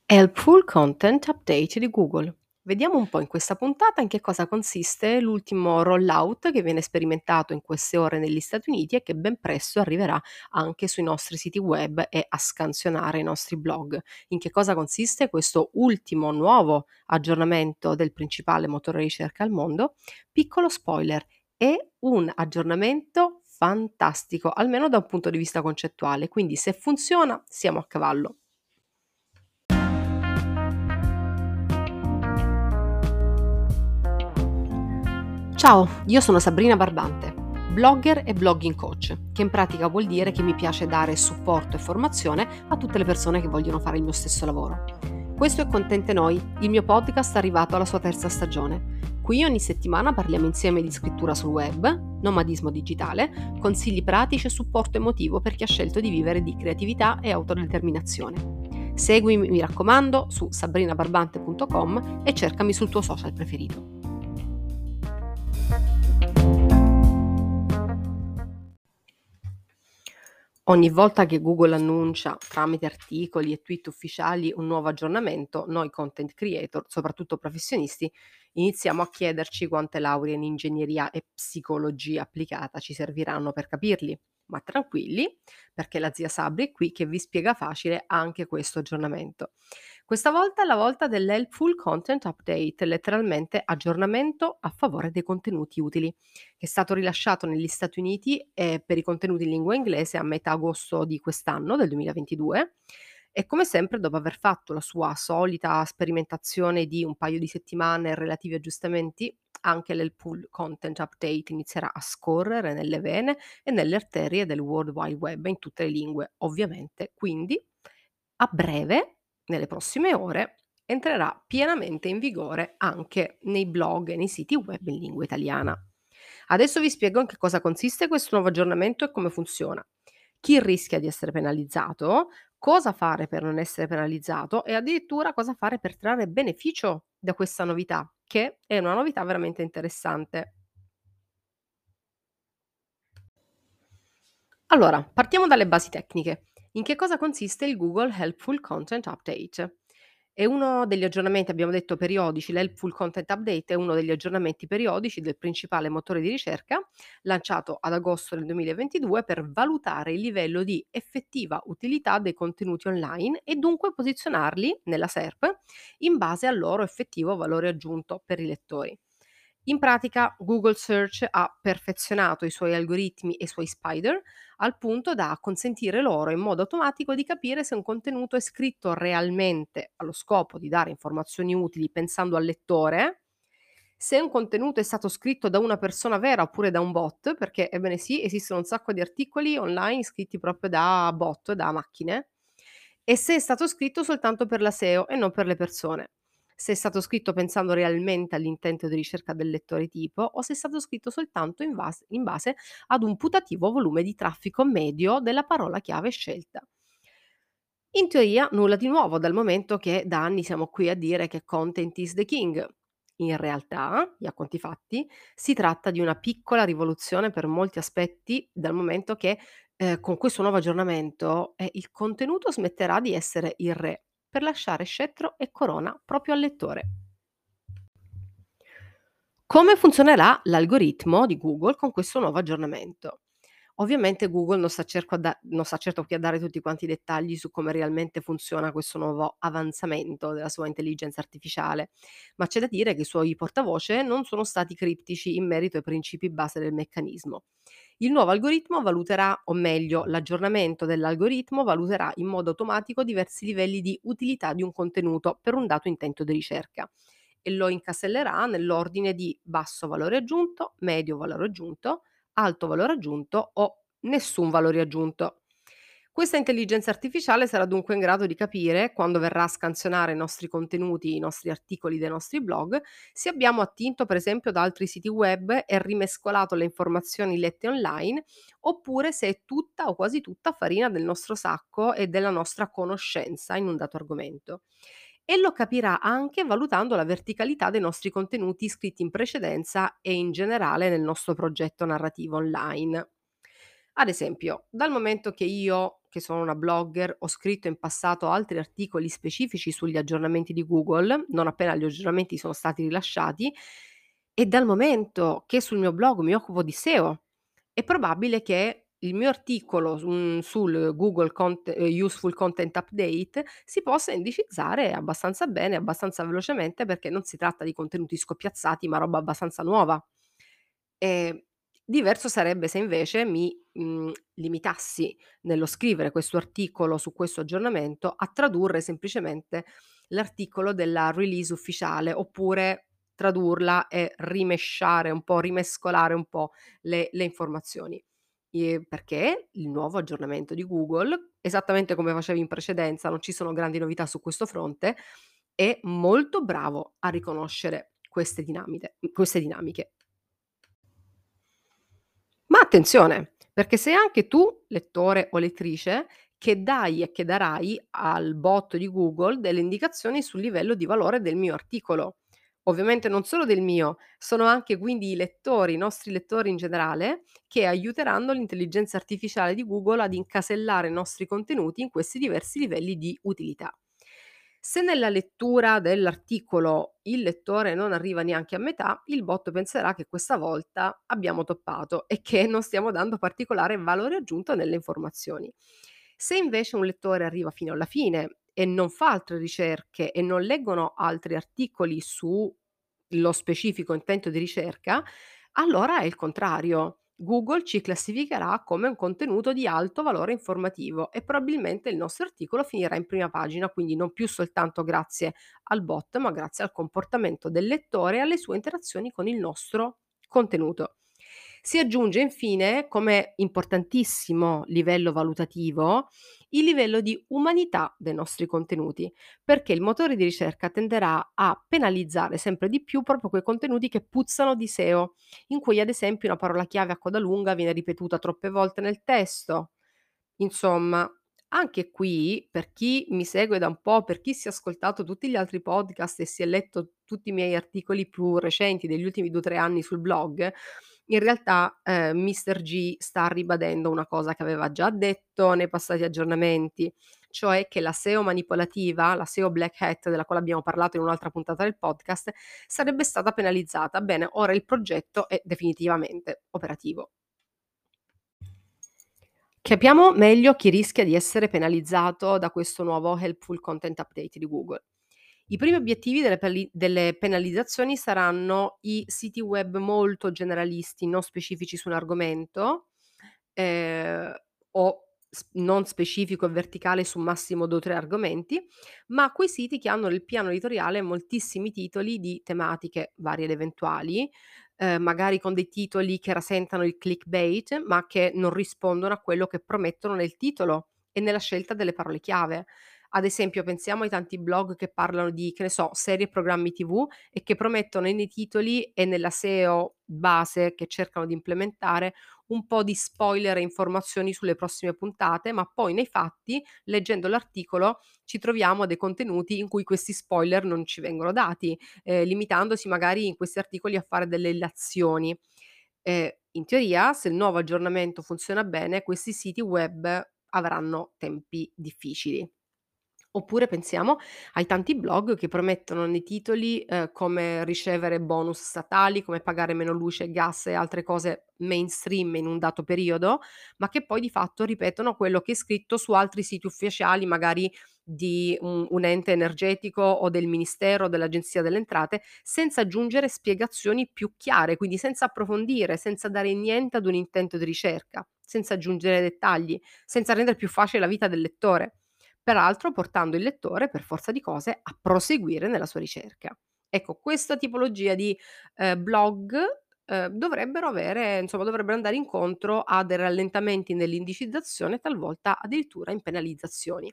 Helpful Content Update di Google. Vediamo un po' in questa puntata in che cosa consiste l'ultimo rollout che viene sperimentato in queste ore negli Stati Uniti e che ben presto arriverà anche sui nostri siti web e a scansionare i nostri blog. In che cosa consiste questo ultimo nuovo aggiornamento del principale motore di ricerca al mondo? Piccolo spoiler, è un aggiornamento fantastico, almeno da un punto di vista concettuale, quindi se funziona siamo a cavallo. Ciao, io sono Sabrina Barbante, blogger e blogging coach, che in pratica vuol dire che mi piace dare supporto e formazione a tutte le persone che vogliono fare il mio stesso lavoro. Questo è Contente Noi, il mio podcast arrivato alla sua terza stagione. Qui ogni settimana parliamo insieme di scrittura sul web, nomadismo digitale, consigli pratici e supporto emotivo per chi ha scelto di vivere di creatività e autodeterminazione. Seguimi, mi raccomando, su sabrinabarbante.com e cercami sul tuo social preferito. Ogni volta che Google annuncia, tramite articoli e tweet ufficiali, un nuovo aggiornamento, noi content creator, soprattutto professionisti, iniziamo a chiederci quante lauree in ingegneria e psicologia applicata ci serviranno per capirli. Ma tranquilli, perché la zia Sabri è qui che vi spiega facile anche questo aggiornamento. Questa volta è la volta dell'Helpful Content Update, letteralmente aggiornamento a favore dei contenuti utili, che è stato rilasciato negli Stati Uniti per i contenuti in lingua inglese a metà agosto di quest'anno, del 2022. E come sempre, dopo aver fatto la sua solita sperimentazione di un paio di settimane e relativi aggiustamenti, anche l'Helpful Content Update inizierà a scorrere nelle vene e nelle arterie del World Wide Web in tutte le lingue, ovviamente. Quindi, a breve, nelle prossime ore, entrerà pienamente in vigore anche nei blog e nei siti web in lingua italiana. Adesso vi spiego in che cosa consiste questo nuovo aggiornamento e come funziona. Chi rischia di essere penalizzato, cosa fare per non essere penalizzato e addirittura cosa fare per trarre beneficio da questa novità, che è una novità veramente interessante. Allora, partiamo dalle basi tecniche. In che cosa consiste il Google Helpful Content Update? È uno degli aggiornamenti, abbiamo detto periodici, l'Helpful Content Update è uno degli aggiornamenti periodici del principale motore di ricerca, lanciato ad agosto del 2022 per valutare il livello di effettiva utilità dei contenuti online e dunque posizionarli nella SERP in base al loro effettivo valore aggiunto per i lettori. In pratica Google Search ha perfezionato i suoi algoritmi e i suoi spider al punto da consentire loro in modo automatico di capire se un contenuto è scritto realmente allo scopo di dare informazioni utili pensando al lettore, se un contenuto è stato scritto da una persona vera oppure da un bot, perché ebbene sì, esistono un sacco di articoli online scritti proprio da bot, da macchine, e se è stato scritto soltanto per la SEO e non per le persone. Se è stato scritto pensando realmente all'intento di ricerca del lettore tipo o se è stato scritto soltanto in base ad un putativo volume di traffico medio della parola chiave scelta. In teoria nulla di nuovo dal momento che da anni siamo qui a dire che content is the king. In realtà, a conti fatti, si tratta di una piccola rivoluzione per molti aspetti dal momento che con questo nuovo aggiornamento il contenuto smetterà di essere il re per lasciare scettro e corona proprio al lettore. Come funzionerà l'algoritmo di Google con questo nuovo aggiornamento? Ovviamente Google non sta certo qui a dare tutti quanti i dettagli su come realmente funziona questo nuovo avanzamento della sua intelligenza artificiale, ma c'è da dire che i suoi portavoce non sono stati criptici in merito ai principi base del meccanismo. Il nuovo algoritmo valuterà, o meglio, l'aggiornamento dell'algoritmo valuterà in modo automatico diversi livelli di utilità di un contenuto per un dato intento di ricerca e lo incasellerà nell'ordine di basso valore aggiunto, medio valore aggiunto, alto valore aggiunto o nessun valore aggiunto. Questa intelligenza artificiale sarà dunque in grado di capire, quando verrà a scansionare i nostri contenuti, i nostri articoli dei nostri blog, se abbiamo attinto per esempio da altri siti web e rimescolato le informazioni lette online, oppure se è tutta o quasi tutta farina del nostro sacco e della nostra conoscenza in un dato argomento. E lo capirà anche valutando la verticalità dei nostri contenuti scritti in precedenza e in generale nel nostro progetto narrativo online. Ad esempio, dal momento che io che sono una blogger, ho scritto in passato altri articoli specifici sugli aggiornamenti di Google, non appena gli aggiornamenti sono stati rilasciati, e dal momento che sul mio blog mi occupo di SEO, è probabile che il mio articolo sul Google Useful Content Update si possa indicizzare abbastanza bene, abbastanza velocemente, perché non si tratta di contenuti scoppiazzati, ma roba abbastanza nuova. Ehm, Diverso sarebbe se invece limitassi nello scrivere questo articolo su questo aggiornamento a tradurre semplicemente l'articolo della release ufficiale, oppure tradurla e rimesciare un po', rimescolare un po' le informazioni. Perché il nuovo aggiornamento di Google, esattamente come facevi in precedenza, non ci sono grandi novità su questo fronte, è molto bravo a riconoscere queste dinamiche. Ma attenzione, perché sei anche tu, lettore o lettrice, che dai e che darai al bot di Google delle indicazioni sul livello di valore del mio articolo. Ovviamente non solo del mio, sono anche quindi i lettori, i nostri lettori in generale, che aiuteranno l'intelligenza artificiale di Google ad incasellare i nostri contenuti in questi diversi livelli di utilità. Se nella lettura dell'articolo il lettore non arriva neanche a metà, il bot penserà che questa volta abbiamo toppato e che non stiamo dando particolare valore aggiunto nelle informazioni. Se invece un lettore arriva fino alla fine e non fa altre ricerche e non leggono altri articoli sullo specifico intento di ricerca, allora è il contrario. Google ci classificherà come un contenuto di alto valore informativo e probabilmente il nostro articolo finirà in prima pagina, quindi non più soltanto grazie al bot, ma grazie al comportamento del lettore e alle sue interazioni con il nostro contenuto. Si aggiunge infine, come importantissimo livello valutativo, il livello di umanità dei nostri contenuti, perché il motore di ricerca tenderà a penalizzare sempre di più proprio quei contenuti che puzzano di SEO, in cui ad esempio una parola chiave a coda lunga viene ripetuta troppe volte nel testo. Insomma, anche qui, per chi mi segue da un po', per chi si è ascoltato tutti gli altri podcast e si è letto tutti i miei articoli più recenti degli ultimi 2, 3 anni sul blog, in realtà, Mister G sta ribadendo una cosa che aveva già detto nei passati aggiornamenti, cioè che la SEO manipolativa, la SEO black hat della quale abbiamo parlato in un'altra puntata del podcast, sarebbe stata penalizzata. Bene, ora il progetto è definitivamente operativo. Capiamo meglio chi rischia di essere penalizzato da questo nuovo Helpful Content Update di Google. I primi obiettivi delle penalizzazioni saranno i siti web molto generalisti, non specifici su un argomento, ehm, o non specifico e verticale su massimo 2 o 3 argomenti, ma quei siti che hanno nel piano editoriale moltissimi titoli di tematiche varie ed eventuali, magari con dei titoli che rasentano il clickbait, ma che non rispondono a quello che promettono nel titolo e nella scelta delle parole chiave. Ad esempio, pensiamo ai tanti blog che parlano di, che ne so, serie e programmi TV e che promettono nei titoli e nella SEO base che cercano di implementare un po' di spoiler e informazioni sulle prossime puntate, ma poi nei fatti, leggendo l'articolo, ci troviamo a dei contenuti in cui questi spoiler non ci vengono dati, limitandosi magari in questi articoli a fare delle illazioni. In teoria, se il nuovo aggiornamento funziona bene, questi siti web avranno tempi difficili. Oppure pensiamo ai tanti blog che promettono nei titoli, come ricevere bonus statali, come pagare meno luce, gas e altre cose mainstream in un dato periodo, ma che poi di fatto ripetono quello che è scritto su altri siti ufficiali, magari di un ente energetico o del ministero, o dell'Agenzia delle Entrate, senza aggiungere spiegazioni più chiare, quindi senza approfondire, senza dare niente ad un intento di ricerca, senza aggiungere dettagli, senza rendere più facile la vita del lettore, peraltro portando il lettore per forza di cose a proseguire nella sua ricerca. Ecco, questa tipologia di, blog, dovrebbero andare incontro a dei rallentamenti nell'indicizzazione, talvolta addirittura in penalizzazioni.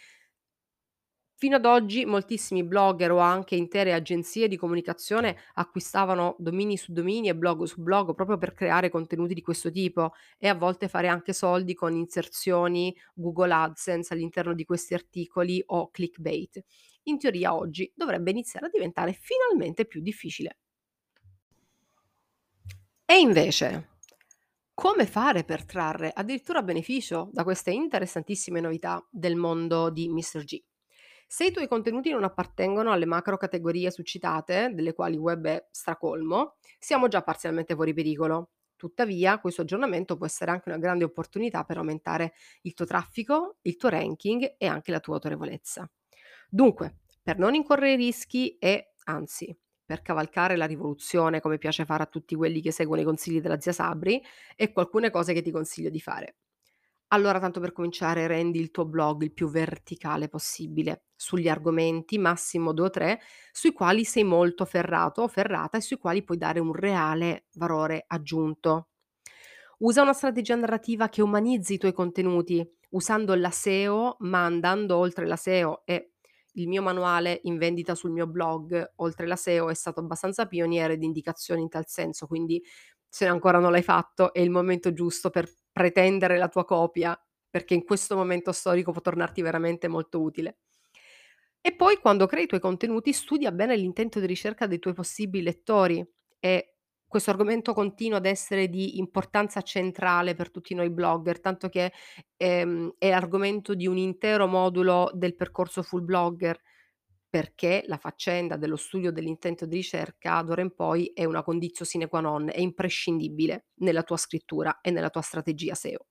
Fino ad oggi moltissimi blogger o anche intere agenzie di comunicazione acquistavano domini su domini e blog su blog proprio per creare contenuti di questo tipo e a volte fare anche soldi con inserzioni Google AdSense all'interno di questi articoli o clickbait. In teoria oggi dovrebbe iniziare a diventare finalmente più difficile. E invece, Come fare per trarre addirittura beneficio da queste interessantissime novità del mondo di Mr. G? Se i tuoi contenuti non appartengono alle macro categorie succitate, delle quali il web è stracolmo, siamo già parzialmente fuori pericolo. Tuttavia, questo aggiornamento può essere anche una grande opportunità per aumentare il tuo traffico, il tuo ranking e anche la tua autorevolezza. Dunque, per non incorrere i rischi e, anzi, per cavalcare la rivoluzione, come piace fare a tutti quelli che seguono i consigli della zia Sabri, ecco alcune cose che ti consiglio di fare. Allora, tanto per cominciare, rendi il tuo blog il più verticale possibile, sugli argomenti, massimo 2 o 3, sui quali sei molto ferrato o ferrata e sui quali puoi dare un reale valore aggiunto. Usa una strategia narrativa che umanizzi i tuoi contenuti, usando la SEO, ma andando oltre la SEO e il mio manuale in vendita sul mio blog, oltre la SEO, è stato abbastanza pioniere di indicazioni in tal senso, quindi se ancora non l'hai fatto è il momento giusto per pretendere la tua copia, perché in questo momento storico può tornarti veramente molto utile. E poi quando crei i tuoi contenuti studia bene l'intento di ricerca dei tuoi possibili lettori e questo argomento continua ad essere di importanza centrale per tutti noi blogger, tanto che, è argomento di un intero modulo del percorso full blogger, perché la faccenda dello studio dell'intento di ricerca d'ora in poi è una conditio sine qua non, è imprescindibile nella tua scrittura e nella tua strategia SEO.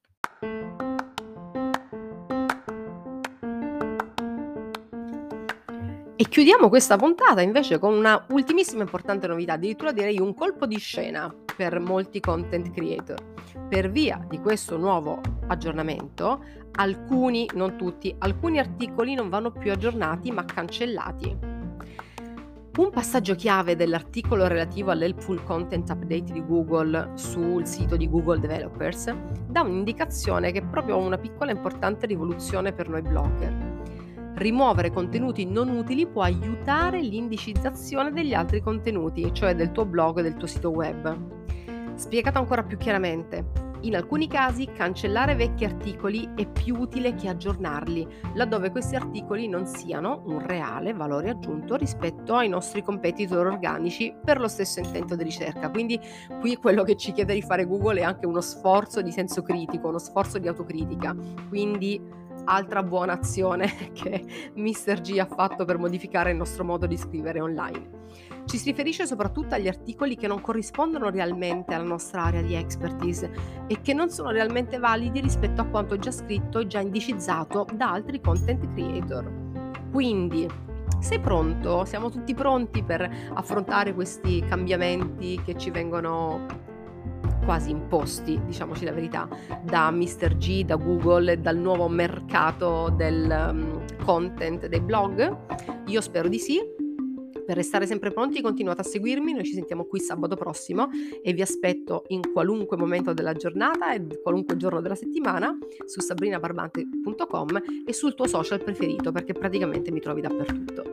E chiudiamo questa puntata invece con una ultimissima importante novità, addirittura direi un colpo di scena per molti content creator. Per via di questo nuovo aggiornamento, alcuni, non tutti, alcuni articoli non vanno più aggiornati ma cancellati. Un passaggio chiave dell'articolo relativo all'Helpful Content Update di Google sul sito di Google Developers dà un'indicazione che è proprio una piccola e importante rivoluzione per noi blogger. Rimuovere contenuti non utili può aiutare l'indicizzazione degli altri contenuti, cioè del tuo blog e del tuo sito web. Spiegato ancora più chiaramente, in alcuni casi cancellare vecchi articoli è più utile che aggiornarli, laddove questi articoli non siano un reale valore aggiunto rispetto ai nostri competitor organici per lo stesso intento di ricerca. Quindi qui quello che ci chiede di fare Google è anche uno sforzo di senso critico, uno sforzo di autocritica. Quindi altra buona azione che Mr. G ha fatto per modificare il nostro modo di scrivere online. Ci si riferisce soprattutto agli articoli che non corrispondono realmente alla nostra area di expertise e che non sono realmente validi rispetto a quanto già scritto e già indicizzato da altri content creator. Quindi, sei pronto? Siamo tutti pronti per affrontare questi cambiamenti che ci vengono quasi imposti, diciamoci la verità, da Mr. G, da Google, dal nuovo mercato del content dei blog? Io spero di sì. Per restare sempre pronti continuate a seguirmi, noi ci sentiamo qui sabato prossimo e vi aspetto in qualunque momento della giornata e qualunque giorno della settimana su sabrinabarbante.com e sul tuo social preferito perché praticamente mi trovi dappertutto.